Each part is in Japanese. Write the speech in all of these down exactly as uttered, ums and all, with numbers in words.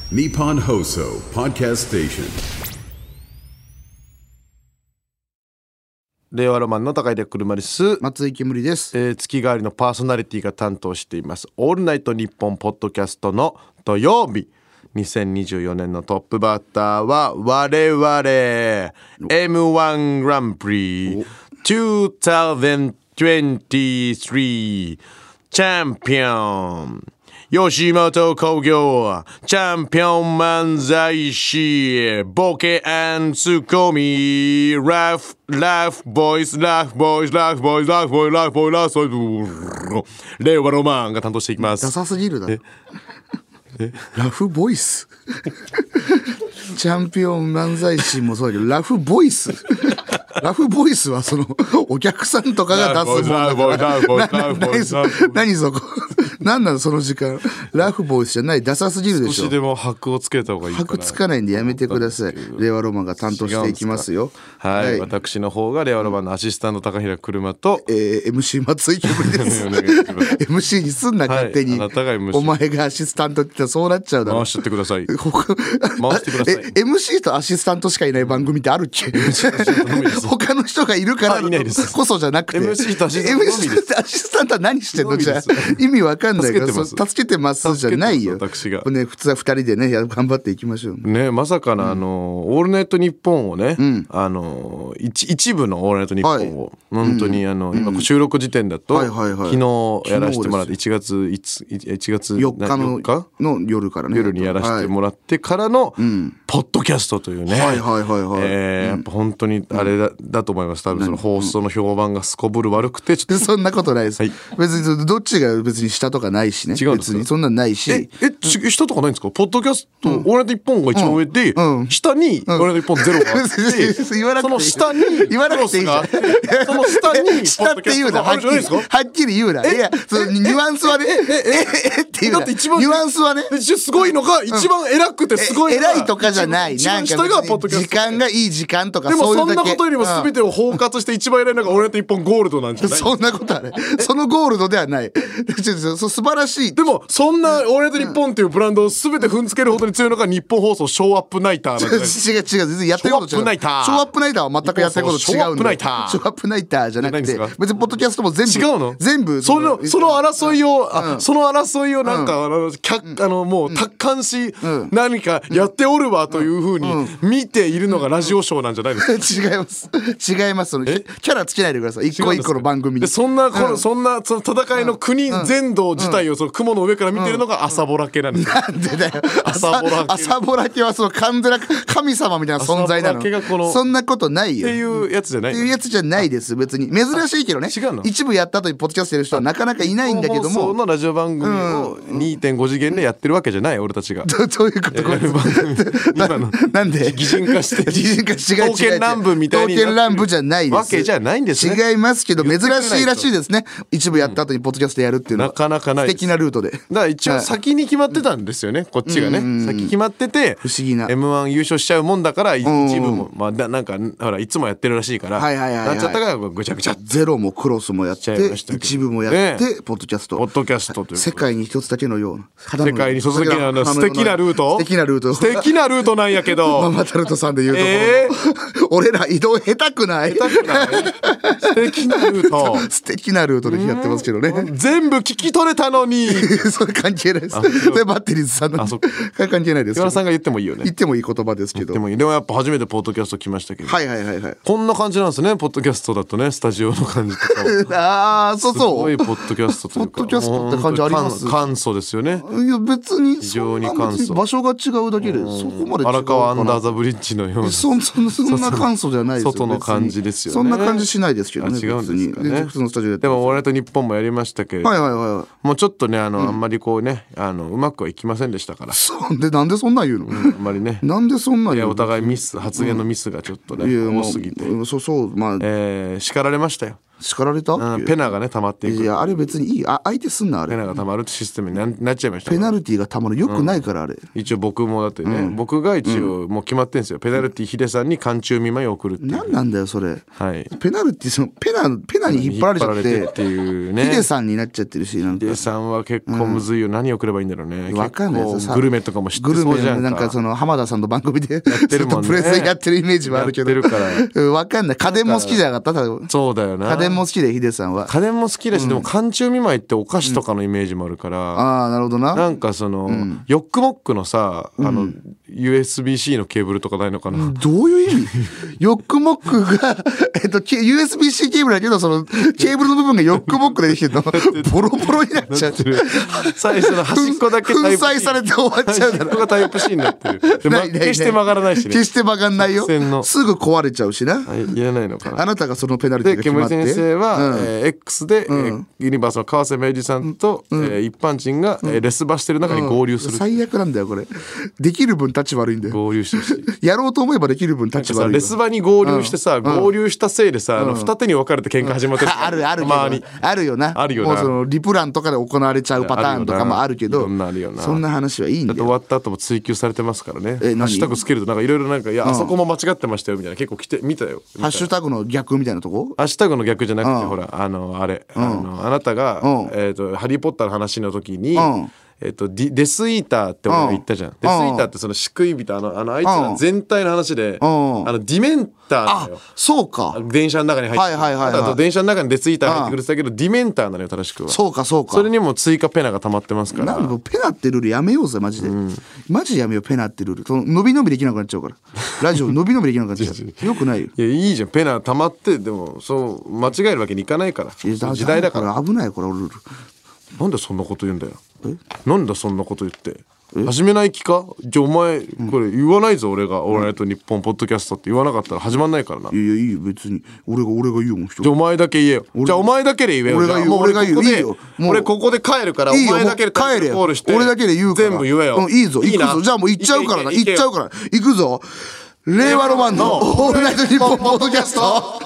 Nippon Hoso Podcast Station。 令和ロマンの高出車です。 松井けむりです、 えー、月替わりのパーソナリティが担当していますオールナイトニッポンポッドキャストの土曜日、にせんにじゅうよねんのトップバッターは我々 エムワン グランプリにせんにじゅうさんチャンピオン吉本興業チャンピオン漫才師ボケ&ツッコミラフラフボイスラフボイスラフボイスラフボイスラフボイスラフボイス令和ロマンが担当していきます。 ダサすぎるだろラフボイスチャンピオン漫才師もそうだけどラフボイスラフボイスはそのお客さんとかが出すもんだから何そこ何なのその時間ラフボイスじゃない、ダサすぎるでしょ。 少しでも箔をつけた方がいいかな。 箔つかないんでやめてください。令和ロマンが担当していきますよ。 はい、 はい、 私の方が令和ロマンのアシスタント高平車と、 えー、エムシー 松井けむりですエムシー にすんな勝手に、 はい、あなたが エムシーお前がアシスタントって言ったらそうなっちゃうだろ。 回しちゃってください。 回してください。 え エムシー とアシスタントしかいない番組ってあるっけ他の人がいるからこそじゃなくてエムシー とアシスタントのみです。 エムシー とアシスタントは何してんのじゃあ意味わかんないから助けてますじゃないよ。 私がね、普通はふたりでね頑張っていきましょうね。まさかの、うん、あのオールナイトニッポンをね、うん、あの 一, 一部のオールナイトニッポンを、はい、本当にあの、うん、今収録時点だと、はいはいはい、昨日やらせてもらっていちがついちがつよっか の, の夜からね夜にやらせてもらってからの、はい、ポッドキャストというね、 はいはいはいはい、 えー、やっぱ本当にあれ だ,、うん、だと思います。多分その放送の評判がすこぶる悪くてちょっとそんなことないです、はい、別にどっちが別に下とかないしね。 違うんですか。 別にそんなんないし。 ええ下とかないんですか。ポッドキャスト、うん、オールナイトニッポンが一番上で、うん、下に、うん、オールナイトニッポンゼロがあって、 言わなくていい、 その下に言わなくていいじゃん。 その下に下って言うな、はっきりはっきり言うな。いやそのニュアンスはねええええって言うな。ニュアンスはねすごいのが一番偉くてすごいのが、 偉いとかじゃない。なんか時間がいい時間とかそういうだけ。 でもそんなことよりも全てを包括して一番偉いのがオールナイトニッポンゴールドなんじゃない。 そんなことはね。そのゴールドではない。素晴らしい。 でもそんなオールナイトニッポンっていうブランドを全て踏んづけるほどに強いのが日本放送ショーアップナイターなんじゃない。 違う違う全然やってること違う。ショーアップナイターショーアップナイターは全くやってること違うんで。ショーアップナイターショーアップナイターじゃなくて別にポッドキャストも全部違うの。 全部そのその争いを、うん、その争いをなんか、うん、あの客あのもう達観し、うん、何かやっておるわというふうに見ているのがラジオショーなんじゃないですか。 違います違います。そのキャラつけないでください。一個一個の番組に。 でそんなこの、うん、そんなその戦いの国全土自体をその雲の上から見てるのが朝ぼら系なんです。 なんでだよ。朝ぼら系。朝ぼら系はその完全な神様みたいな存在なの。のそんなことないよ。 っていうやつじゃない。 っていうやつじゃないです。別に珍しいけどね。 違うの。 一部やった後にポッドキャストやる人はなかなかいないんだけども。 放送のラジオ番組を にてんご 次元でやってるわけじゃない俺たちが。 ど, どういうことこれ。 今のなんで擬人化して擬人化しが刀剣乱舞みたいに刀剣乱舞じゃないです。 わけじゃないんですね。 違いますけど珍しいらしいですね。一部やった後にポッドキャストやるっていうのは、 なかなかない。 素敵なルートで。だから一応先に決まってたんですよね。こっちがね先決まってて不思議なエムワン 優勝しちゃうもんだから一部もまあなんかほらいつもやってるらしいからなっちゃったからぐちゃぐちゃ。 ゼロもクロスもやって一部もやってポッドキャストポッドキャストという世界に一つだけのような世界に一つだけの素敵なルート素敵なルート素敵なルートなんやけどママタルトさんで言うとえー、俺ら移動下手くない下手くない素敵なルート素敵なルートでやってますけどね。 全部聞き取れたのにそれ関係ないです。それバッテリーズさんの関係ないです。 岩田さんが言ってもいいよね。 言ってもいい言葉ですけど。 でもいい。でもやっぱ初めてポッドキャスト来ましたけど。 はいはいはいはい。 こんな感じなんですね。ポッドキャストだとねスタジオの感じとか。 ああそうそう。 すごいポッドキャストというか。 ポッドキャストって感じあります。 簡素ですよね。 いや別に非常に簡素。 場所が違うだけでそこまで違う。 荒川アンダーザブリッジのような。 そんそんそんな簡素じゃないですよ。 外の感じですよね。 そんな感じしないですけどね。 違うんですかね。 普通のスタジオで。 でも俺と日本もやりましたけれど。 はいはいはい。 もうちょっとねあの、うん、あんまりこうねあのうまくはいきませんでしたから。 そうでなんでそんなん言うの、うん、 あんまりねなんでそんなん言うの。 いやお互いミス発言のミスがちょっとね、うん、多すぎてそうそうまあ、 えー、叱られましたよ。 叱られた、 うん、ペナがね溜まっていく。 いやあれ別にいい、あ相手すんなあれ。 ペナが溜まるってシステムに な, なっちゃいましたペナルティが溜まるよくないから、あれ、 うん、一応僕もだってね、うん、僕が一応もう決まってんですよ、ペナルティヒデさんに寒中見舞いを送るっていう。 何なんだよそれ、 はい、 ペナルティそのペナペナに引っ張られちゃって、 引っ張られてっていうね、 ヒデさんになっちゃってるし、なんかヒデさんは結構むずいよ、うん、何送ればいいんだろうね。 分かんないですよ、 グルメとかも知ってそうじゃんか。 グルメなんかその浜田さんの番組でやってるもんね、 ずっとプレゼンやってるイメージはあるけど、 やってるから分かんない。家電も好きじゃなかった。多分そうだよな、 家電も好きでヒデさんは家電も好きだし、うん、でも寒中見舞いってお菓子とかのイメージもあるから、うん、 ああなるほどな。 なんかその、うん、ヨックモックのさあの、うん、ユーエスビー-C のケーブルとかないのかな、 どういう意味ヨックモックがえっと ユーエスビー-C ケーブルだけど、そのケーブルの部分がヨックモックでできてるのボロボロになっちゃう最初の端っこだけ粉砕されて終わっちゃうから、 端っこがタイプ C になってる。で、ま、決して曲がらないしね。 決して曲がんないよ。すぐ壊れちゃうしな。 いらないのかな。 あなたがそのペナルティが決まって、 で煙先生は、 うんえー、X で、うんえー、ユニバースの川瀬明治さんと、うんえー、一般人が、うんえー、レスバしてる中に合流する、うん、 最悪なんだよこれ。できる分立ち悪いんだよ。 合流してほしい。 やろうと思えばできる分立ち悪い。 レスバに合流してさ、うん、合流したせいでさ、うん、あの二手に分かれて喧嘩始まってる、 うん、あるあるけどあるよな。 あるよな。 もうそのリプランとかで行われちゃうパターンとかもあるけど、そんな話はいいんだよ。 だって終わった後も追及されてますからね。ハッシュタグつけるとなんかいろいろなんかいや、うん、あそこも間違ってましたよみたいな結構来て見たよ。 ハッシュタグの逆みたいなとこ？ ハッシュタグの逆じゃなくて、うん、ほらあのあれ、うん、あのあなたが、うんえーと、ハリーポッターの話の時に。うんえっと、デ, デスイーターって俺が言ったじゃん、うん、デスイーターってその救い人あのあのあいつら全体の話で、うん、あのディメンターなのよ。 あそうか。 電車の中に入って、はいはいはいはい、あと電車の中にデスイーター入ってくるんだけど、うん、ディメンターなのよ正しくは。 そうかそうか。 それにも追加ペナが溜まってますから。 なんでペナってルールやめようぜマジで、うん、マジでやめようペナってルール。その伸び伸びできなくなっちゃうからラジオ伸び伸びできなくなっちゃうよくないよ。 いやいいじゃんペナ溜まって。でもそう間違えるわけにいかないから時代だから。 危ないこれルール。 なんでそんなこと言うんだよ。なんだそんなこと言って始めない気か。じゃあお前これ言わないぞ、うん、俺がオールナイトニッポンポッドキャストって言わなかったら始まんないからな。 いやいやいいよ別に俺が俺が言うもん。 じゃあお前だけ言えよ。じゃあお前だけで言えよ。 俺が言う俺が言ういいよ。 俺ここで帰るからお前だけで帰れよ。俺だけで言うから全部言えよ、 うん、いいぞ行くぞ。じゃあもう行っちゃうからな。行っちゃうから行くぞ。令和ロマンのオールナイトニッポンポッドキャスト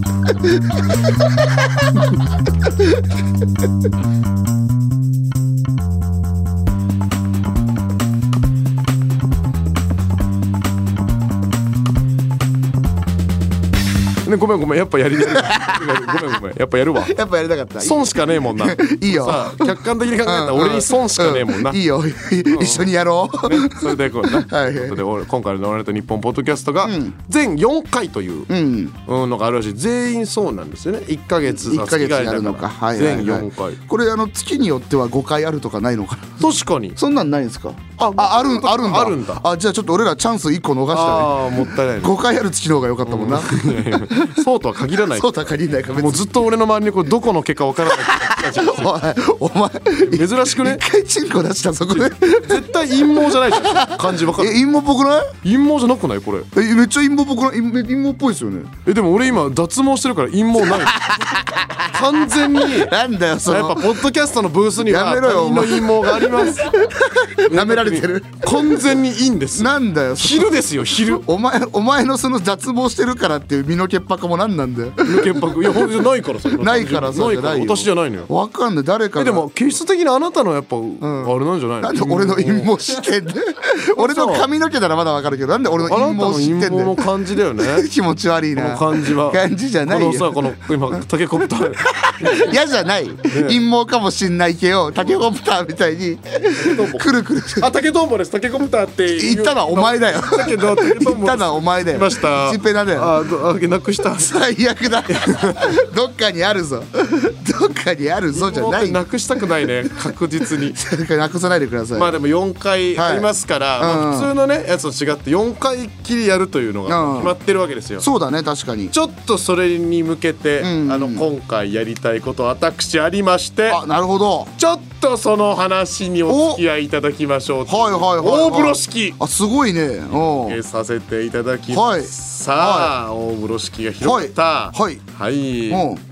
ね、ごめんごめんやっぱやりごめんごめんやっぱやるわ。 やっぱやりたかった。 損しかねえもんな。いいよさあ客観的に考えたら俺に損しかねえもんな、 うんうん、いいよ一緒にやろう、 ね、それでこうなはい、はい、で俺今回の「オールナイトニッポン」ポッドキャストが全よんかいというのがあるらしい。全員そうなんですよね。いっかげついっかげつやるのか、はいはいはい、 全よんかい。 これあの月によってはごかいあるとかないのかな。確かにそんなんないんですか。 あああるあるんだあるんだ。あじゃあちょっと俺らチャンスいっこ逃したね。ああもったいない、ね、 ごかいある月の方が良かったもんな、うん、 いやいやそうとは限らない。 そうとは限らないか。 もうずっと俺の周りにこうどこの毛か分からないお前珍しくね。 一回チンコ出したそこで絶対陰謀じゃないじゃん。感じ分かる。 え陰謀っぽくない。 陰謀じゃなくないこれ。 えめっちゃ陰謀っぽくない。陰謀っぽいですよね。 えでも俺今脱毛してるから陰謀ない完全に。 なんだよそのやっぱポッドキャストのブースには他人の陰謀があります。 舐められてる。 完全にいいんです。 なんだよ昼ですよ昼。 お前お前のその脱毛してるからっていう身の潔白も何なんだよ。 身の潔白いやほんとないからさ。 ないからそうじゃないよ。 私じゃないのよ。 わかんない誰かが。 でも気質的にあなたのやっぱ、うん、あれなんじゃないの。 なんで俺の陰謀知ってんで俺の髪の毛ならまだわかるけどなんで俺の陰謀知ってんだよ。 あなたの陰謀の感じだよね気持ち悪いな。 この感じは感じじゃないよ。 このさこの今タケコプター嫌じゃない、ね、陰謀かもしんないけどタケコプターみたいにくるくる。 あタケトンボです。タケコプターって言ったのはお前だよ。 だけど言ったのはお前だよ。 いました。 チンペナだよ。 ああなくした。 最悪だどっかにあるぞどっかにあるぞじゃない。 なくしたくないね確実になくさないでください。 まあでもよんかいありますから、はいまあ、普通のねやつと違ってよんかいきりやるというのが決まってるわけですよ、うん、 そうだね確かに。 ちょっとそれに向けて、うんうん、あの今回やりたいこと私ありまして。 あなるほど。 ちょっとその話にお付き合いいただきましょう。 はいはいはい、はい、 大風呂敷あすごいね受けさせていただきます、はい、さあ、はい、大風呂敷が広げたはいはい、 はい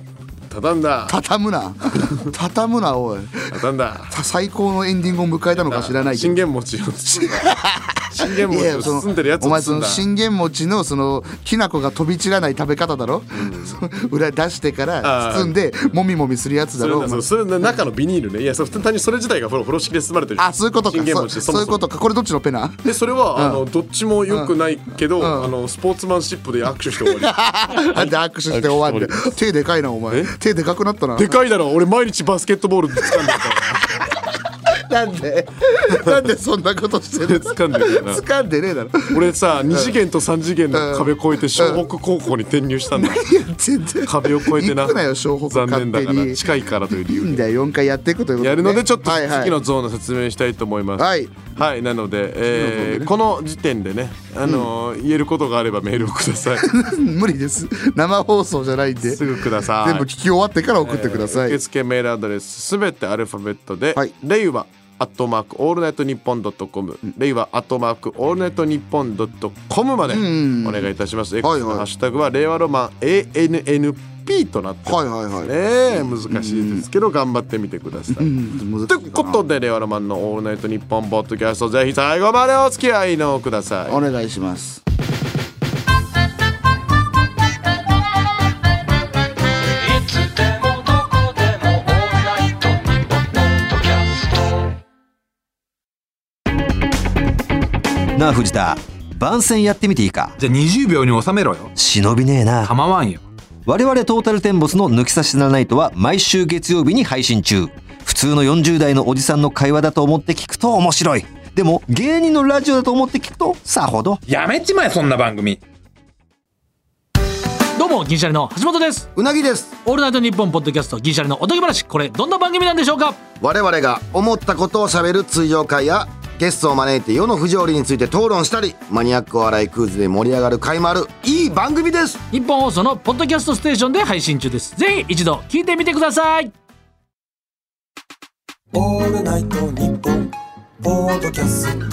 畳んだ畳むな畳むなおい。 畳んだ最高のエンディングを迎えたのか知らないけど信玄餅を包んだ信玄餅を包んでるやつをお前その包んだ信玄餅のそのきな粉が飛び散らない食べ方だろ、うん、裏出してから包んでもみもみするやつだろ。 それそれの中のビニールね。いやそれ単にそれ自体が風呂敷で包まれてる。 あ、そういうことか。 信玄餅そそういうことか。これどっちのペナでそれは、 うん、 あのどっちも良くないけど、 うん、 あのスポーツマンシップで握手して終わりなんで握手して終わるんだよ。手でかいなお前。手でかくなったな。 でかいだろ。俺毎日バスケットボール掴んでるからなんでなんでそんなことしてるの。 掴んでるから掴んでねえだろ。 俺さに次元とさん次元の壁越えて湘北高校に転入したんだ。 全然壁を越えてな。 行くなよ湘北。 残念だから近いからという理由いいんだよよんかいやっていくということで、ね、 やるのでちょっとはいはい次のゾーンの説明したいと思います。 はいはい、なので、えー、この時点でね、あのーうん、言えることがあればメールをください。 無理です。生放送じゃないんで。 すぐください。 全部聞き終わってから送ってください。 えー、受付メールアドレスすべてアルファベットで、 はい、 レイはアットマークオールナイトニッポンドットコム、レイはアットマークオールナイトニッポンドットコムまでお願いいたします。 X のハッシュタグは令和ロマン エーエヌエヌピー となってますね、はいはいはい、難しいですけど頑張ってみてください。ということで令和ロマンのオールナイトニッポンポッドキャストぜひ最後までお付き合いのください。 お願いします。 なあ藤田、番宣やってみていいか。 じゃあにじゅうびょうに収めろよ。 忍びねえな。 構わんよ。 我々トータルテンボスの抜き差しならないとは毎週月曜日に配信中。普通のよんじゅう代のおじさんの会話だと思って聞くと面白い。でも芸人のラジオだと思って聞くとさほど。 やめちまえそんな番組。 どうも銀シャリの橋本です。 うなぎです。 オールナイトニッポンポッドキャスト銀シャリのおとぎ話、これどんな番組なんでしょうか。 我々が思ったことをしゃべる通常会やゲストを招いて世の不条理について討論したり、マニアックお笑いクイズで盛り上がる回もあるいい番組です。 日本放送のポッドキャストステーションで配信中です。ぜひ一度聞いてみてください。 オールナイトニッポンポッドキャスト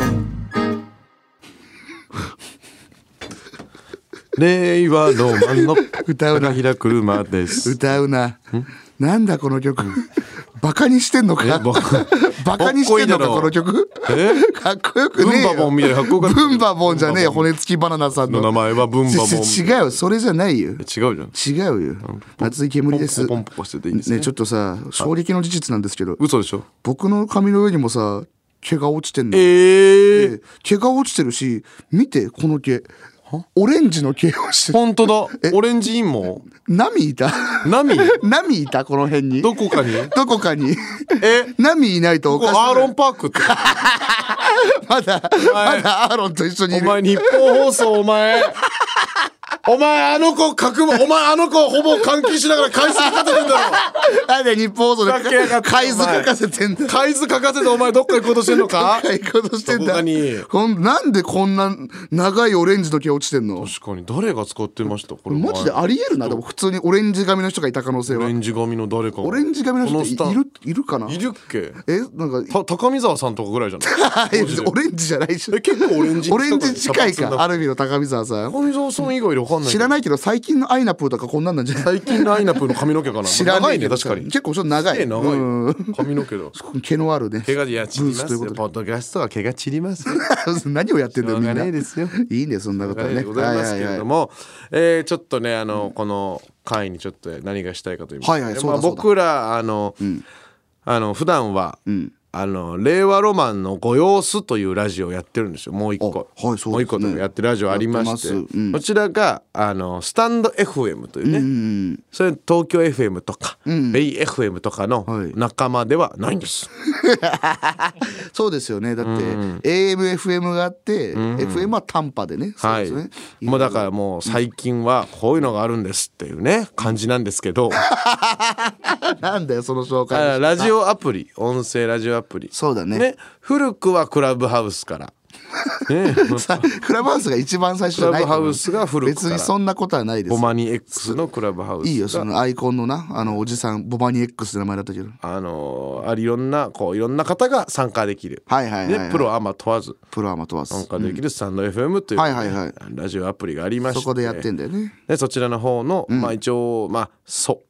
令和ロマンの歌うな開く車です。 歌うな。なんだこの曲。バカにしてんのか。バカにしてんのかこの曲。 えかっこよくねえよ。 ブンバボンみたいなかっこよかった。 ブンバボンじゃねえよ。骨付きバナナさんのの名前はブンバボン。 違うよ、それじゃないよ。違うじゃん。 違うよ。松井煙です。 ポンポンポンしてていいんですね。 ね、ちょっとさ、衝撃の事実なんですけど。 嘘でしょ。 僕の髪の上にもさ、毛が落ちてんの。 えー、 毛が落ちてるし、見てこの毛。オレンジの毛をしてる。 本当だ。オレンジインモナミいた。 ナミナミいたこの辺に。 どこかにどこかに。 えナミいないとおかしい。 アーロンパークってまだまだアーロンと一緒にいる。 お前日本放送お前お前あの子覚悟お前あの子ほぼ監禁しながら海図書かせてんだろ。 なんで日本放送で海図書かせてんだ。 海図書かせてお前どっか行こうとしてんのか。 どっか行こうとしてんだ。 どこかにほんなんでこんな長いオレンジの毛落ちてんの。 確かに誰が使ってましたこれ。 マジでありえるな。でも普通にオレンジ髪の人がいた可能性は。 オレンジ髪の誰か。 オレンジ髪の人っているいるかな。 いるっけ。 えなんか高見沢さんとかぐらいじゃない。 オレンジじゃないし。 え結構オレンジ。 オレンジ近いか。ある意味の高見沢さん。 高見沢さん以外でわかんない。 知らないけど最近のアイナプーとかこんなんなんじゃない。 最近のアイナプーの髪の毛かな。 知らないね確かに。 結構ちょっと長い。 長い髪の毛だ。 毛のあるね。 毛がいや散りますよ。ポッドキャストは毛が散ります。 何をやってんだよみんな。 いいですよ。 いいねそんなことはね。 ございますけれども、えちょっとねあのこの会にちょっと何がしたいかというと、僕らあのあの普段は。あの令和ロマンのご様子というラジオをやってるんですよ。もう一個、 はいそうですね、 もう一個とやってるラジオありまして、 うん、 こちらがあのスタンド エフエム というね、うんうん、それ東京 エフエム とか、うん、ベイ エフエム とかの仲間ではないんです、 はい、そうですよね。だって、うん、エーエムエフエム があって、うん、エフエム は短波でね、そうですね、はい、 もうだからもう最近はこういうのがあるんですっていうね感じなんですけどなんだよその紹介。 ラジオアプリ、音声ラジオアプリ、 そうだね。 ね、古くはクラブハウスから、ね、 クラブハウスが一番最初じゃない。 クラブハウスが古くから別にそんなことはないです。 ボマニ X のクラブハウス。 いいよそのアイコンのなあのおじさんボマニ X って名前だったけど、 あのー、ありいろんなこういろんな方が参加できる、 はいはいはいはい、 ね、プロアマ問わずプロアマ問わず参加できるスタンド エフエム という、ね、はいはいはい、ラジオアプリがありまして、 そこでやってんだよね。 でそちらの方の、うん、まあ一応まあそう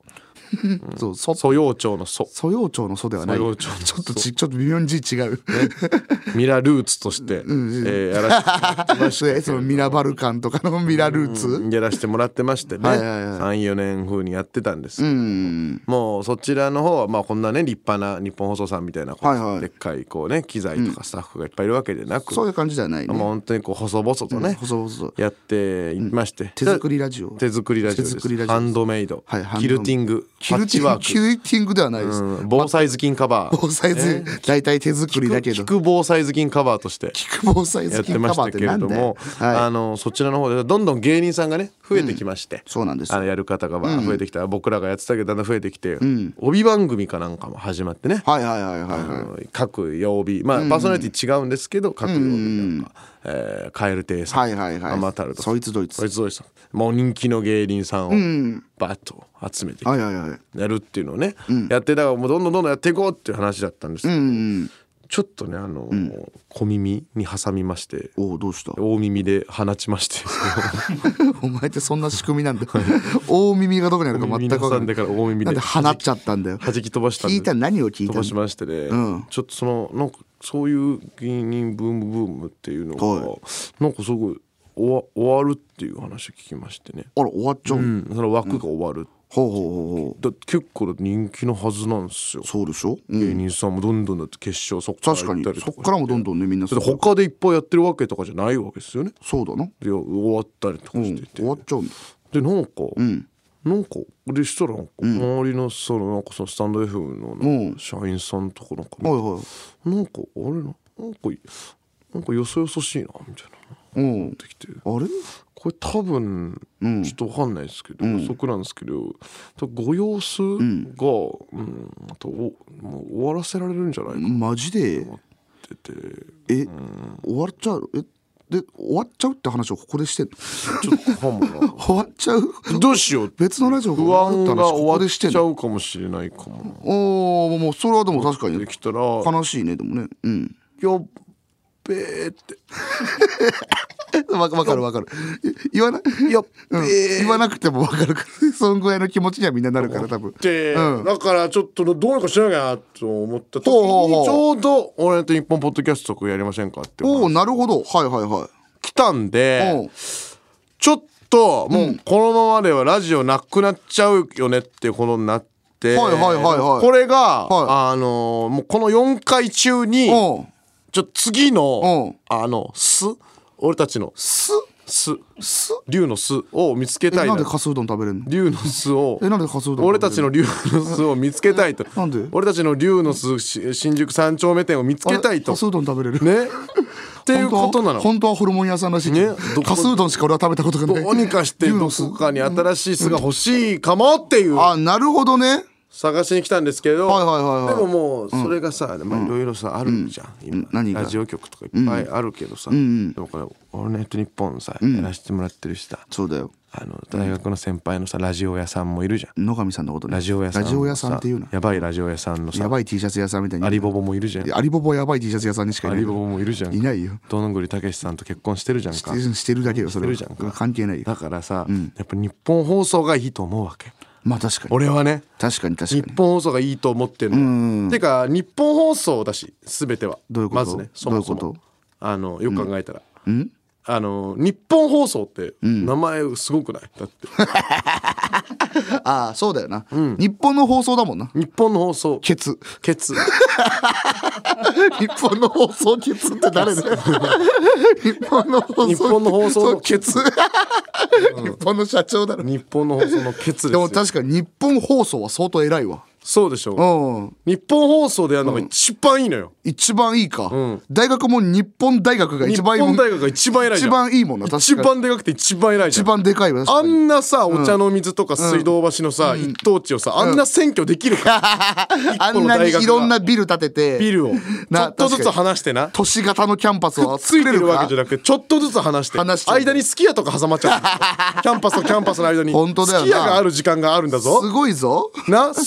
そうそ蘇陽町の蘇蘇陽町の蘇ではない。 蘇陽町のちょっとちちょっと微妙に字違う。 ミラルーツとして、えーやらせてもらってましたけどそのミラバルカンとかのミラルーツ。 やらせてもらってましてね、 はいはいはいさんよねん風にやってたんですけど、 うんもうそちらの方はまあこんなね立派な日本放送さんみたいなこう、 はいはいでっかいこうね機材とかスタッフがいっぱいいるわけでなく、 そういう感じじゃないね。 もう本当にこう細々とね、 細々とやっていまして、 手作りラジオ。 手作りラジオです手作りラジオハンドメイド、 はいハンドメイドキルティング、 キルティング、 パッチワーク、 キルティングではないです。 うん防災頭巾カバー、 防災図、大体手作りだけど。 聞く防災頭巾カバーとして聞く防災やって好きカバーっましたけれてなんだよども、。 はい。 あのそちらの方でどんどん芸人さんがね増えてきまして、 そうなんですよあのやる方がまあ増えてきた、僕らがやってたけどだんだん増えてきて、帯番組かなんかも始まってね、 はいはいはいはいあはの各曜日まあパーソナリティ違うんですけど各曜日なんか、えー、カエル亭い。 さん、 はいはいはい。 アマタルトさん、 そいつどいつ。 そいつどいつさん、もう人気の芸人さんをバッと集めてきてはいはいはい。 やるっていうのをね、やってだからもうどんどんどんどんやっていこうっていう話だったんですけど、 うん。 ちょっとねあの、小耳に挟みましておおどうした。 大耳で放ちましてお前ってそんな仕組みなんだ。大耳がどこにあるか全く分かんない。 挟んでから大耳でなんで放っちゃったんだよ。 弾き飛ばしたんで聞いたら何を聞いたの飛ばしましてね、 んちょっとそのなんかそういう芸人ブームブームっていうのが、 はいなんかすごい終わ終わるっていう話を聞きましてね、 あら終わっちゃう。 うん、その枠が終わる、 ほうほうほうほう。 だ結構人気のはずなんですよ、 そうでしょ。うん芸人さんもどんどんだって決勝そっから確かに行ったりとかそっからもどんどんねみんなだって他でいっぱいやってるわけとかじゃないわけですよね。 そうだな。 で終わったりとかうんしてて、 終わっちゃうんだ。 でなんか、 んなんかでしたらなんか周りのそのなんかそのスタンド エフエム のなんか社員さんとかなんか、 はいはい。 なんかあれななんかなんかよそよそしいなみたいなうん。 できて、 あれ？ これ多分ちょっとわかんないですけど、予測なんですけどご様子が、うんあとおもう終わらせられるんじゃないかなマジで？ ってて、 え、終わっちゃう？え、で終わっちゃうって話をここでしてんの？ ちょっとかもな終わっちゃう？ どうしよう別のラジオが不終わるって安が話ここ終わっでしてんの？ ちゃうかもしれないかもおお、もうそれはでも確かになできたら悲しいねでもね。うん。 やっべーってわかわかるわかる。言わな、 やっべうんー言わなくてもわかるからそんぐらいの気持ちにはみんななるから多分。 で、 うんだからちょっとどうにかしなきゃなと思った時ほうほうほうにちょうど「俺と日本ポッドキャストやりませんか?」っておお、なるほど。はいはいはい。 来たんおでうちょっともうこのままではラジオなくなっちゃうよねっていうことになって、 はいはいはいはいこれが、 はあのもうこのよんかい中におうちょ次のうんあの巣俺たちのす巣す竜の巣を見つけえ、 たいななんでかすうどん食べれんの？ 竜の巣をえ、なんでかすうどん食べれんの？ 俺たちの竜の巣を見つけたいとなんで俺たちの竜の巣し新宿三丁目店を見つけたいとかすうどん食べれる？ ねっていうことなの。 本当はホルモン屋さんらしい。 ねどこかすうどんしか俺は食べたことがない。 どうにかしてどこかに新しい巣が欲しいかもっていうあ、なるほどね。 探しに来たんですけど、 はいはいはいはいでももうそれがさ、まあいろいろさあるじゃん、今何がラジオ局とかいっぱいあるけどさ、でもこれ「オールナイトニッポン」さ、やらせてもらってるしさ、 そうだよ。 あの大学の先輩のさラジオ屋さんもいるじゃん。 野上さんのことね。 ラジオ屋さんもラジオ屋さんっていうの。 やばいラジオ屋さんのさやばい T シャツ屋さんみたいに。 アリボボもいるじゃん。 アリボボやばい T シャツ屋さんにしかいない。 アリボボもいるじゃん。 いないよ。 どんぐりたけしさんと結婚してるじゃんか。 してるだけよそれは。 してるじゃんか関係ないよ。 だからさ、やっぱ日本放送がいいと思うわけ。 まあ確かに。 俺はね確かに確日かに。 本放送がいいと思ってるの。てか日本放送だし全ては。 どういうことまずねそもそもどういうこあのよく考えたら。 ん？ あの日本放送って名前すごくない？だってああ、そうだよな。日本の放送だもんな。 日本の放送ケツ。 ケツ日本の放送ケツって誰だよ。日本の放送。 日本の放送のケツ日本の社長だろ。 日本の放送のケツですでよ。 も確かに日本放送は相当偉いわ。 そうでしょう。 うん。 日本放送でやるのが一番いいのよ。 一番いいか。 ん大学も日本大学が日一番いいもん。 本大学が一番偉いじゃん。 一番いいもんな。確か一に。 番でかくて一番偉いじゃん。 一番でかいわ。確あかにんなさお茶の水とか水道橋のさ、一等地をさあんな占拠できるか、 あんなにいろんなビル建てて。 ビルをちょなっとずつ離してな都市型のキャンパスをついてるわけじゃななくてちょっとずつ離して離してる間にすき家とか挟まっちゃうキャンパスとキャンパスの間に本当だよなすき家がある時間があるんだぞすごいぞ。 なすごいだ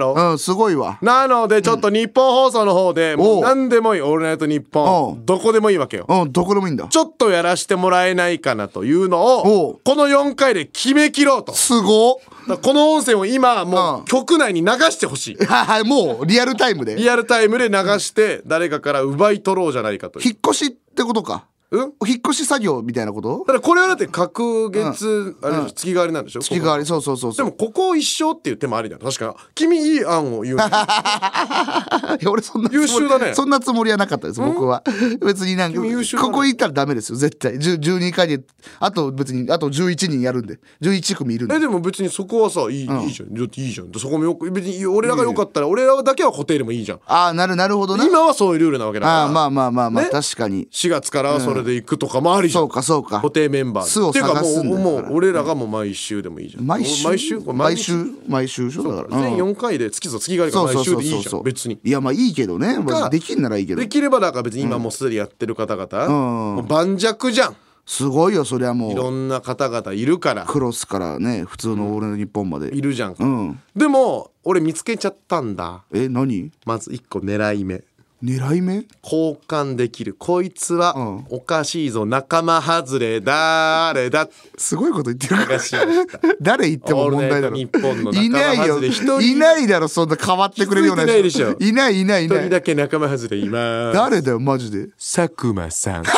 ろ。 うんすごいわ。 なのでちょっと日本放送の方でもう何でもいい、オールナイトニッポおうンどこでもいいわけよ。 うんどこでもいいんだ。 ちょっとやらしてもらえないかなというのをおうこのよんかいで決めきろうと。 すごっ。 だからこの音声を今もうんう局内に流してほしい。 はいはいもうリアルタイムでリアルタイムで流して誰かから奪い取ろうじゃないかという。 引っ越しってことか。 うん引っ越し作業みたいなこと。 だからこれはだって隔月、あれでしょ、月替わりなんでしょ。 月替わりそうそうそうそう。 でもここ一生っていう手もありだよ。確か君いい案を言うの。 いや俺そんなつもり優秀だねそんなつもりはなかったです僕は。別になんか君優秀だねここ行ったらダメですよ絶対。じゅじゅうにかいであと別にあとじゅういちにんやるんでじゅういち組いるんで。 えでも別にそこはさいい、いいじゃん。だっていいじゃん。そこもよく別に俺らがよかったら俺らだけは固定でもいいじゃん。 ああなるなるほどな。 今はそういうルールなわけだから。 ああまあまあまあまあね確かに。 しがつからそれで行くとかもありじゃん。 そうかそうか。 固定メンバー巣をっていうか探すんだもうからもう俺らがもう毎週でもいいじゃん。 毎週毎週毎週毎週でしょだから。 全よんかいで月ぞ月替わりが毎週でいいじゃん別に。 いやまあいいけどね。まあできんならいいけど。 できればだから別に今もうすでにやってる方々、 んもう盤石じゃん。 すごいよそりゃいろもうんな方々いるからクロスからね普通のオールナイトニッポンまで。 いるじゃんか、 うんでも俺見つけちゃったんだ。 え何まずいっこ狙い目。 狙い目。 交換できるこいつはうんおかしいぞ仲間外れ誰だすごいこと言ってる探しました誰言っても問題だろ。 オールナイトニッポンの仲間いないよ外れ一人いないだろそんな変わってくれるような気づいてないでしょいないいないい一人ない。 だけ仲間外れいます誰だよマジで。 佐久間さん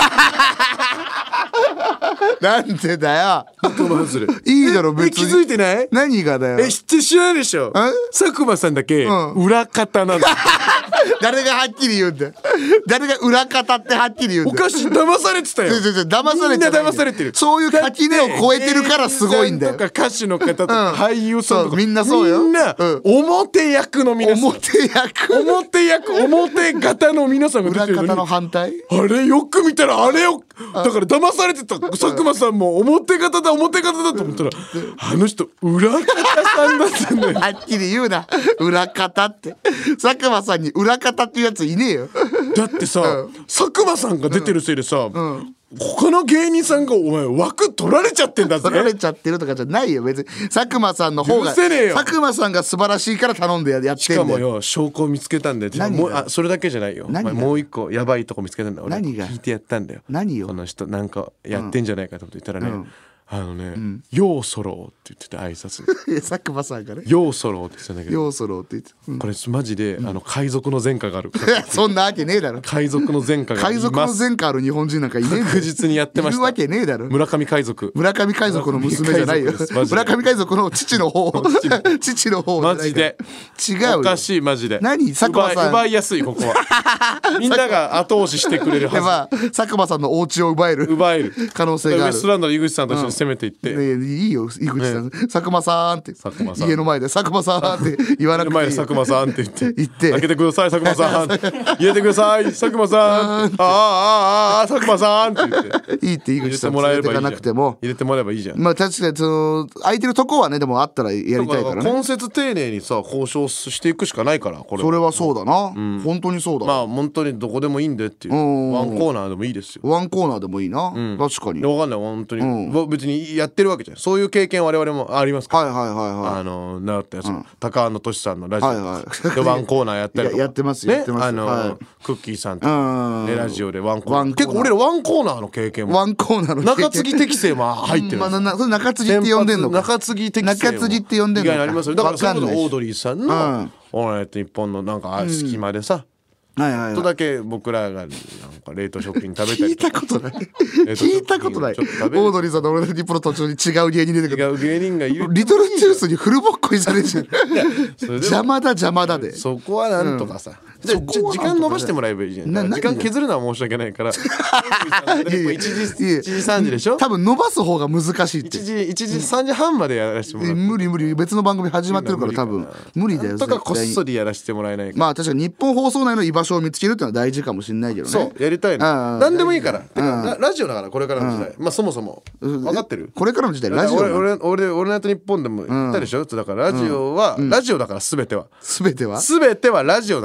なんでだよ。 仲間外れいいだろえ別に。 気づいてない何がだよ。 え知って知らないでしょ佐久間さんだけうん裏方なんだ誰がはっきり言うんだよ。誰が裏方ってはっきり言うんだよ。 おかしい騙されてたよ違う違う違う騙されてないみんな騙されてるそういう垣根を越えてるからすごいんだよ。 芸人さんとか歌手の方とかうん俳優さんとかそうみんなそうよみんなうん表役の皆さん表役表役表方の皆さんが出裏てるのに方の反対。 あれよく見たらあれをだから騙されてた佐久間さんも表方だ表方だと思ったらあの人裏方さんだったんだよはっきり言うな裏方って佐久間さんに裏方っていうやついねえよ。 だってさ、佐久間さんが出てるせいでさ、他の芸人さんがお前枠取られちゃってんだぜ。 取られちゃってるとかじゃないよ別に。佐久間さんの方が許せねえよ佐久間さんが素晴らしいから頼んでややっしてかもんだよ。 よ証拠を見つけたんだよ。 何がもうあそれだけじゃないよ。お前何がもう一個やばいとこ見つけたんだよ。俺何が聞いてやったんだよ。 何よこの人なんかやってんじゃないかと思って言ったらね、あのね「ようそろう」って言ってて挨拶にいや佐久間さんがね 「ようそろう」って言ってたんだけど要素ろうって言って、うんこれマジであの海賊の前科がある。 いやそんなわけねえだろ。 海賊の前科があり海賊のます。 前科ある日本人なんかいねえんだよ。 確実にやってましたいるわけねえだろ。 村上海賊。 村上海賊の娘じゃないよ村上海賊ですマジで村上海賊の父の方父の方じゃないマジで違うよ。 おかしいマジで。 何佐久間さん奪い奪いやすいここは。みんなが後押ししてくれるでまはあ佐久間さんのお家を奪えるず。奪える。 可能性があるウエストランドの井口さんと一緒に攻めていって。 ねえいいよ井口さん、佐久間さんって佐久間さん家の前で佐久間さんって言わなくていい前で佐久間さんって言って言って開けてください佐久間さん入れてください佐久間さんあーあーあーあー佐久間さんって言っていいって井入れて口さんもらえればいいじゃん連れてかなくても入れてもらえばいいじゃん。 まあ確かにその空いてるとこはねでもあったらやりたいからね。 根節丁寧にさ交渉していくしかないからこれそれはそうだな、本当にそうだ、 まあ本当にどこでもいいんでっていううんワンコーナーでもいいですよ。 ワンコーナーでもいいな、確かに。 わかんない本当に、 うんわ別にやってるわけじゃん。そういう経験我々もありますから、 はいはいはいはいあのなったやつ、高野俊さんのラジオ、 はいはいでワンコーナーやったりとかややってますやってますね、あの、 はいクッキーさんとうんねラジオでワンコーナーワンコーナー結構俺らワンコーナーの経験もワンコーナーの経験中継ぎ適正も入ってるんですよ。 まあ、なそれ中継ぎって呼んでんのか。 中継ぎ適正も中継ぎって呼んでんのか意外にありますよ。だからそれこそわかんないしオードリーさんうんの「オールナイトニッポン」のなんか隙間でさ、 はいはいはい。 ちょっとだけ僕らがなんか冷凍食品食べた聞いりとかたことない。 えっと聞いたことない。オちょっと食べるードリーさんの俺の日本の途中に違う芸人出てくる。 違う芸人がいる。 リトルトゥースにフルボッコにされちゃう。 それでも邪魔だ邪魔だで。 そこはなんとかさ、でそこはなんとかね時間伸ばしてもらえばいいじゃん。 な時間削るのは申し訳ないから。いちじいやいちじさんじでしょ。 多分伸ばす方が難しいって一。時一時さんじはんまでやらせてもらえって。 無理無理別の番組始まってるから多分無理だよ。 とかこっ絶対にそりやらせてもらえないか。 まあ確かに日本放送内の居場所を見つけるっていうのは大事かもしれないけどね。 そうやりたいの。 うん何でもいいから。てかララジオだからこれからの時代。まあそもそもうん分かってる。 これからの時代ラジオ俺なの俺俺俺ナイトニッポンでも言ったでしょ。だからラジオはラジオだから全ては全ては全てはラジオなの。本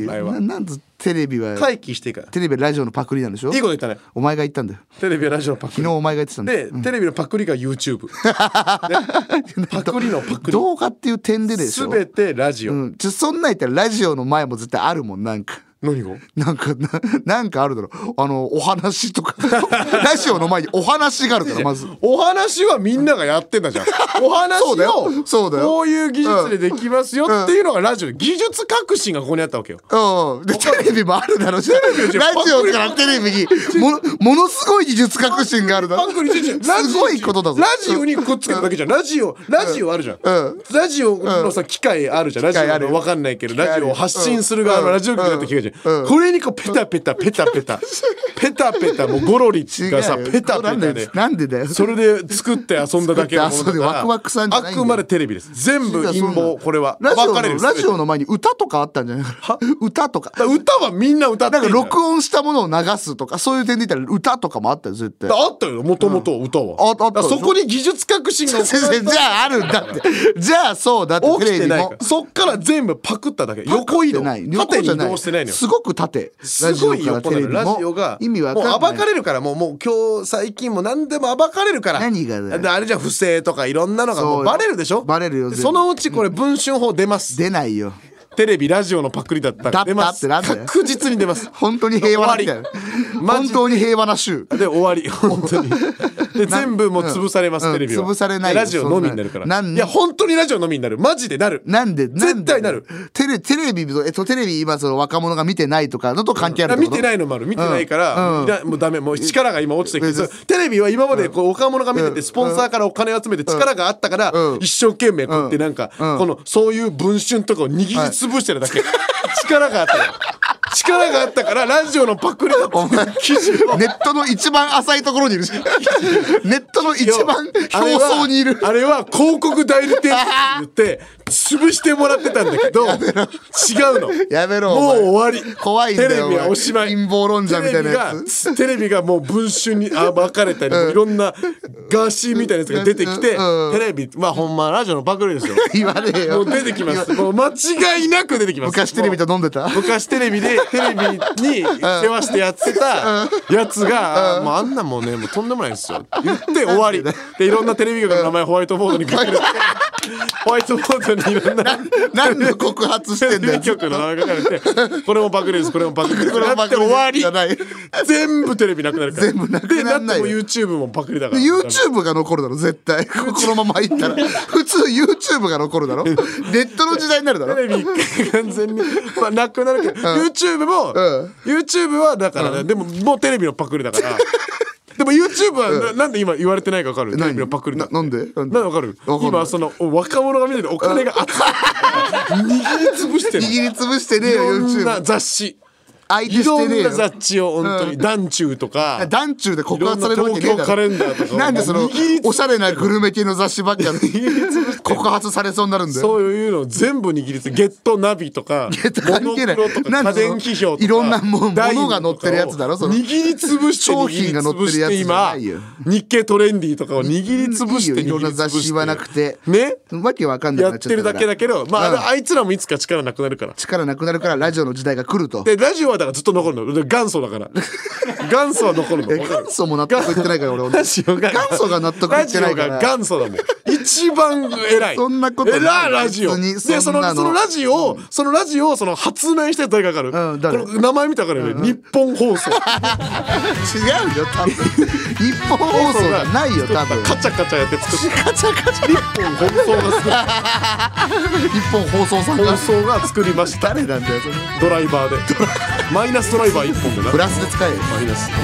前はななんでテレビは回帰してからテレビはラジオのパクリなんでしょ。 いいこと言ったね。 お前が言ったんだよ。 テレビはラジオのパクリ昨日お前が言ってたんだよ。 で、テレビのパクリが YouTube、ね、パクリのパクリ動画っていう点ででしょ。 全てラジオ、 うん、ちょそんなん言ったらラジオの前も絶対あるもん。なんか何がなんかななんかあるだろう。あのお話とかラジオの前にお話があるからまずお話はみんながやってんだじゃん。お話そうだよをそうだよこういう技術でできますよっていうのがラジオ、技術革新がここにあったわけよ。 うん、でテレビもあるだろうし、ラジオからテレビにもものすごい技術革新があるだろ。 パクリ違う違うラジすごいことだぞ。 ラジオにくっつけただけじゃん。ラジオラジオあるじゃん、 うんラジオのさ機械あるじゃん。ラジオ機械あるの分かんないけど機械あるラジオを発信する側のラジオ局だって機械じゃん、 うんこれにこうペタペタペタペタペタペタもうゴロリがさ違うよペタペタでなんでなんでだよ。 それで作って遊んだだけのものだ作って遊んでワクワクさんじゃないんだよあくまでテレビです。全部陰謀。これはラジオ暴かれるのラジオの前に歌とかあったんじゃないかな。歌とかだから歌はみんな歌ってなんかんだよ。 録音したものを流すとかそういう点で言ったら歌とかもあったよ絶対。 あったよもともと歌は、 ああっただからそこに技術革新が起こられたじゃああるんだってじゃあそうだって起きテレビもてないからそっから全部パクっただけ。横移動パクってない縦に移横じゃない動してないのよ。 すごく縦すごい横なの。ララジオからテレビもジオが意味わかんない。 もう暴かれるからもうもう今日最近も何でも暴かれるから何がだよであれじゃ不正とかいろんなのがもうバレるでしょ。 バレるよでそのうちこれ文春法出ます。 出ないよ。 テレビラジオのパクリだっただったら出ます。 ってなんだよ確実に出ます本当に平和な日だよ。 マジ本当に平和な週。 で終わり本当にで全部もう潰されます、 うんテレビは潰されないよラジオのみになるから。 そんないや本当にラジオのみになる。マジでなる。 なんでなんで絶対なる。 テレテレビえっとテレビ今その若者が見てないとかのと関係あるってこと。 見てないのもある。見てないから、 うんうんいやもうダメ。もう力が今落ちてきて、 うんテレビは今までこう若者が見ててスポンサーからお金集めて力があったから、 うん一生懸命こうやってなんか、 うんこのそういう文春とかを握りつぶしてるだけ、力があったよ力があったからラジオのパクリだって記事をネットの一番浅いところにいるしネットの一番表層にいる。 あれは広告代理店って言って潰してもらってたんだけど違うの。 やめろもうお前終わり。 怖いんだよテレビはおしまい。 陰謀論者みたいなやつ。 テレビがテレビがもう文春に暴かれたり、いろんなガーシーみたいなやつが出てきて、 うんテレビまあほんまラジオのパクリですよ。 言わねえよ。 もう出てきます。もう間違いなく出てきます。 昔テレビと飲んでた。 昔テレビでテレビに世話してやってたやつが、もうあんなもんねもうとんでもないですよ言って終わりで、いろんなテレビ局の名前ホワイトボードに書かれてホワイトボードにいろんな何の告発してんだよ。 テレビ局の名前書かれてこれもパクリですこれもパクリですこれもパクリです終わりじゃない全部テレビなくなるから全部なくなんないよでだってもう YouTube もパクリだから YouTube が残るだろ絶対このまま入ったら普通 YouTube が残るだろネットの時代になるだろ。 テレビ完全に、まあ、なくなるけど、YouTube も、 うん YouTube はだからね、でももうテレビのパクリだからでも YouTube はな,、なんで今言われてないか分かる。テレビのパクリだななんでなんでなんで分かる。 わかんない今その若者が見ててお金が熱い握りつぶしてる握りつぶしてねえよいろんな YouTube 雑誌相手いろしてねえよんな雑誌を本当に団中とか団中で告発されるわけねえだろ。 いろんな東京カレンダーとかなんでその握りつぶおしゃれなグルメ系の雑誌ばっかり告発されそうになるんだよ。 そういうのを全部握りつぶゲットナビとかゲット関係ないモノクロとか家なんでその電批評とかいろんなもんダイものが載ってるやつだろその握りつぶして商品が載ってるやつじゃないよ握りつぶして今日経トレンディとかを握りつぶしていいよいろんな握りつぶして雑誌言わなくてねわけわかんなくやなっちゃったからってるだけだけどまあ、 うんあいつらもいつか力なくなるから力なくなるからラジオの時代が来ると。 でラジオはだからずっと残るので元祖だから元祖は残るのえ元祖も納得いってないから俺ラジオが元祖が納得いってないからラジオが元祖だもん一番偉いそんなことない偉いラジオ別にでそそんなののそのラジオをそのラジオをその発明した誰かわかる、 うん誰この名前見たからね、日本放送違うよ多分日本放送がないよ多分カチャカチャやって作ったカチャカチャ日本放送が作った日本放送さんが放送が作りました誰なんだよそれドライバーでマイナスドライバー一本でなプラスで使えよ。 マイナス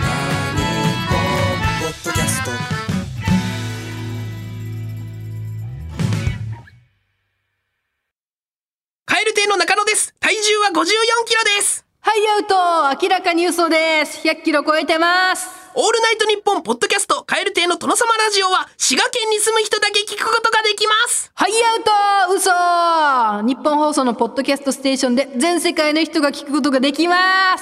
ポッドキャストカエル亭の中野です。体重はごじゅうよんキロです。 はいアウト、明らかに嘘です。ひゃっキロ超えてます。 オールナイトニッポンポッドキャストカエル亭の殿様ラジオは滋賀県に住む人だけ聞くことができます。 はいアウト、嘘。日本放送のポッドキャストステーションで全世界の人が聞くことができます。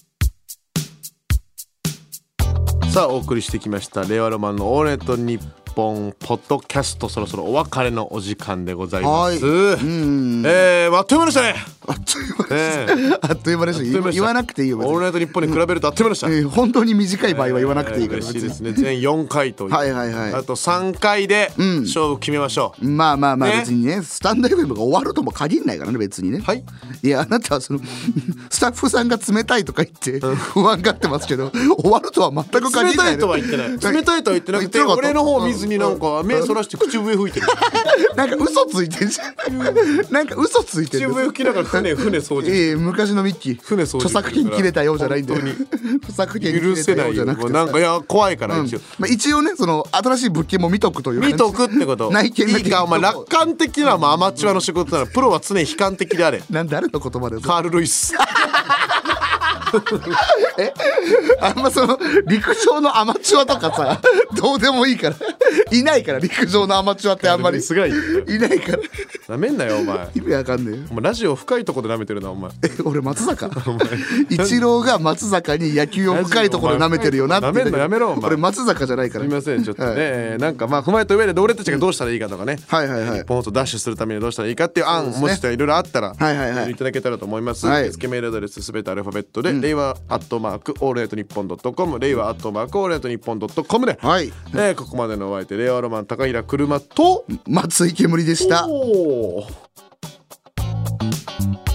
さあお送りしてきました令和ロマンのオールナイトニッ本ポッドキャスト、そろそろお別れのお時間でございます。 はい、うん、 えー、あっという間でしたね。 あっという間でした、えー、あっという間でした。言わなくていいよ。 オールナイトニッポンに比べるとあっという間でした、 えー、本当に短い場合は言わなくていいから、 えー、嬉しいですね。全よんかいというはいはい、はい、 あとさんかいで勝負決めましょう、 うん、まあまあまあ別にね、スタンド エフエム が終わるとも限らないからね別にね。はい、いやあなたはそのスタッフさんが冷たいとか言って不安がってますけど、終わるとは全く限らない。 冷たいとは言ってない。冷たいとは言ってなくて、俺の方見ずになんか目そらして口笛吹いてるなんか嘘ついてんじゃんなんか嘘ついてる。 口笛吹きながら船船掃除、 ええ、昔のミッキー船掃除、著作権切れたようじゃないんだよ著作権許せないよ。なんかいや怖いから一応、 まあ一応ね、その新しい物件も見とくという見とくってこと。 内見いいか、お前楽観的なアマチュアの仕事ならプロは常に悲観的であれ。 なんで誰の言葉でカール・ルイスえあんまその陸上のアマチュアとかさどうでもいいからいないから、陸上のアマチュアってあんまりすごいいないから。 なめんなよお前。 意味わかんねえよお前。ラジオ深いとこでなめてるなお前。 え俺松坂イチローが松坂に野球を深いところでなめてるよなって。 なめんのやめろお前。 俺松坂じゃないから。 すみませんちょっとね、はい、なんかまあ踏まえた上で俺たちがどうしたらいいかとかね、 うん、はいはいはい、 日本放送ダッシュするためにどうしたらいいかっていう案、ね、もしいろいろあったら、はいはいはい、いただけたらと思います。はい、メールアドレスすべてアルファベットで、うん、令和アットマークオールナイトニッポンドットコム、令和アットマークオールナイトニッポンドットコムで、はい、えー、ここまでのお相手令和ロマン高平車と松井けむりでした。 おー